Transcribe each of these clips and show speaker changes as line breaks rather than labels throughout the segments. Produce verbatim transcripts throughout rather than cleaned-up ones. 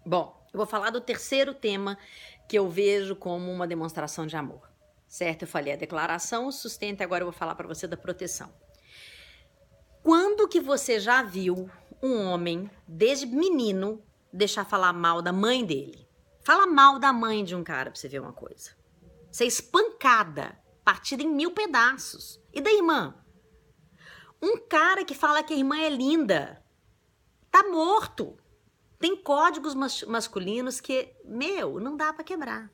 Bom, eu vou falar do terceiro tema que eu vejo como uma demonstração de amor, certo? Eu falei a declaração, o sustento, e agora eu vou falar para você da proteção. Quando que você já viu um homem, desde menino, deixar falar mal da mãe dele? Fala mal da mãe de um cara pra você ver uma coisa. Ser espancada, partida em mil pedaços. E da irmã? Um cara que fala que a irmã é linda, tá morto. Tem códigos mas- masculinos que, meu, não dá pra quebrar.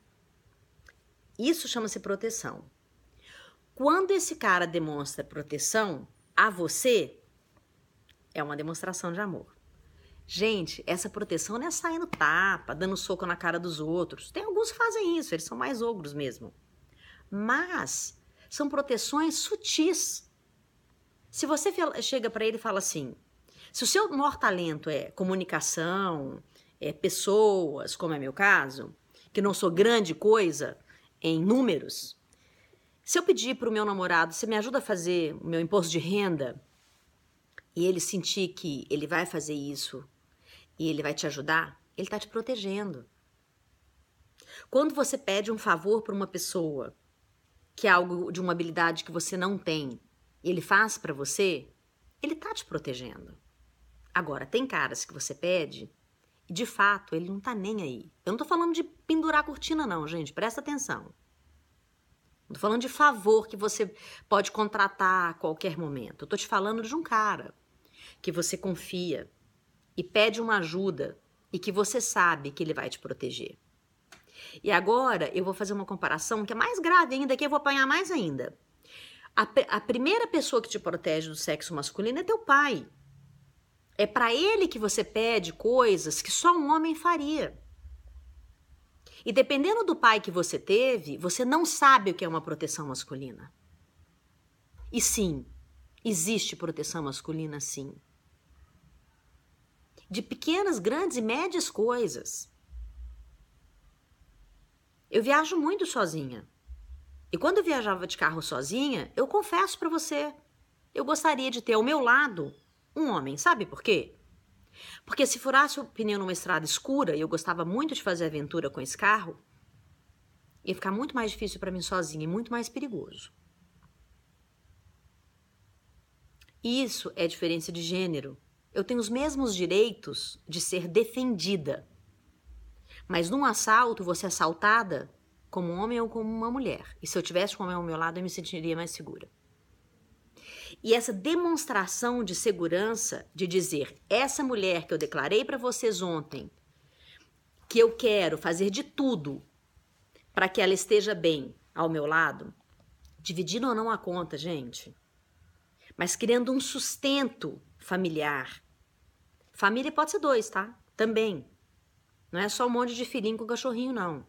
Isso chama-se proteção. Quando esse cara demonstra proteção a você, é uma demonstração de amor. Gente, essa proteção não é saindo tapa, dando soco na cara dos outros. Tem alguns que fazem isso, eles são mais ogros mesmo. Mas são proteções sutis. Se você chega pra ele e fala assim, se o seu maior talento é comunicação, é pessoas, como é meu caso, que não sou grande coisa em números, se eu pedir pro meu namorado, você me ajuda a fazer o meu imposto de renda, e ele sentir que ele vai fazer isso e ele vai te ajudar, ele tá te protegendo. Quando você pede um favor para uma pessoa, que é algo de uma habilidade que você não tem, e ele faz para você, ele tá te protegendo. Agora, tem caras que você pede e, de fato, ele não tá nem aí. Eu não tô falando de pendurar a cortina, não, gente. Presta atenção. Não tô falando de favor que você pode contratar a qualquer momento. Eu tô te falando de um cara que você confia e pede uma ajuda e que você sabe que ele vai te proteger. E agora eu vou fazer uma comparação que é mais grave ainda, que eu vou apanhar mais ainda. A, a primeira pessoa que te protege do sexo masculino é teu pai. É para ele que você pede coisas que só um homem faria. E dependendo do pai que você teve, você não sabe o que é uma proteção masculina. E sim, existe proteção masculina, sim. De pequenas, grandes e médias coisas. Eu viajo muito sozinha. E quando eu viajava de carro sozinha, eu confesso para você, eu gostaria de ter ao meu lado um homem. Sabe por quê? Porque se furasse o pneu numa estrada escura, e eu gostava muito de fazer aventura com esse carro, ia ficar muito mais difícil para mim sozinha e muito mais perigoso. Isso é diferença de gênero. Eu tenho os mesmos direitos de ser defendida. Mas num assalto, você é assaltada como um homem ou como uma mulher. E se eu tivesse um homem ao meu lado, eu me sentiria mais segura. E essa demonstração de segurança, de dizer, essa mulher que eu declarei para vocês ontem, que eu quero fazer de tudo para que ela esteja bem ao meu lado, dividindo ou não a conta, gente, mas criando um sustento familiar. Família pode ser dois, tá? Também. Não é só um monte de filhinho com cachorrinho, não.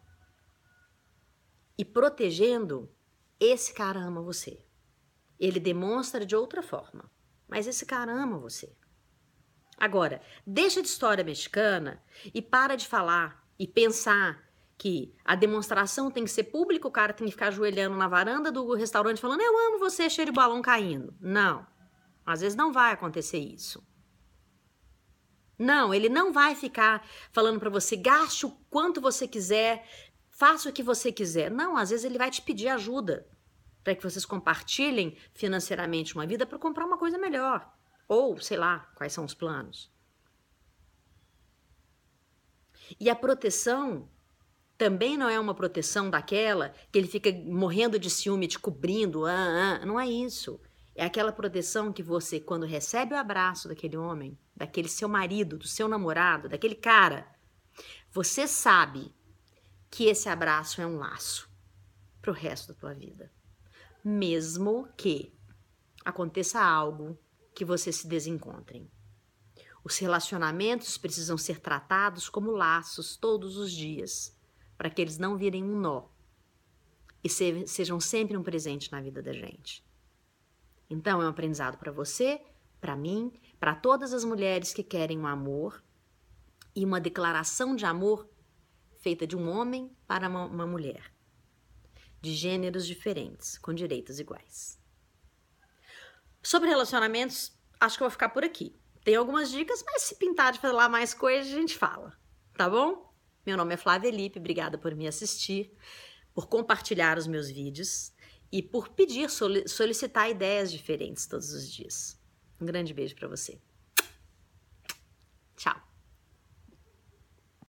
E protegendo, esse cara ama você. Ele demonstra de outra forma, mas esse cara ama você. Agora, deixa de história mexicana e para de falar e pensar que a demonstração tem que ser pública, o cara tem que ficar ajoelhando na varanda do restaurante falando, eu amo você, cheio de balão caindo. Não, às vezes não vai acontecer isso. Não, ele não vai ficar falando para você, gaste o quanto você quiser, faça o que você quiser. Não, às vezes ele vai te pedir ajuda para que vocês compartilhem financeiramente uma vida para comprar uma coisa melhor. Ou, sei lá, quais são os planos. E a proteção também não é uma proteção daquela que ele fica morrendo de ciúme, te cobrindo. Ah, ah. Não é isso. É aquela proteção que você, quando recebe o abraço daquele homem, daquele seu marido, do seu namorado, daquele cara, você sabe que esse abraço é um laço pro resto da tua vida. Mesmo que aconteça algo que vocês se desencontrem. Os relacionamentos precisam ser tratados como laços todos os dias, para que eles não virem um nó e se, sejam sempre um presente na vida da gente. Então é um aprendizado para você, para mim, para todas as mulheres que querem um amor e uma declaração de amor feita de um homem para uma, uma mulher, de gêneros diferentes, com direitos iguais. Sobre relacionamentos, acho que eu vou ficar por aqui. Tem algumas dicas, mas se pintar de falar mais coisas, a gente fala. tá bom? Meu nome é Flávia Lippe, obrigada por me assistir, por compartilhar os meus vídeos e por pedir, solicitar ideias diferentes todos os dias. Um grande beijo para você. Tchau.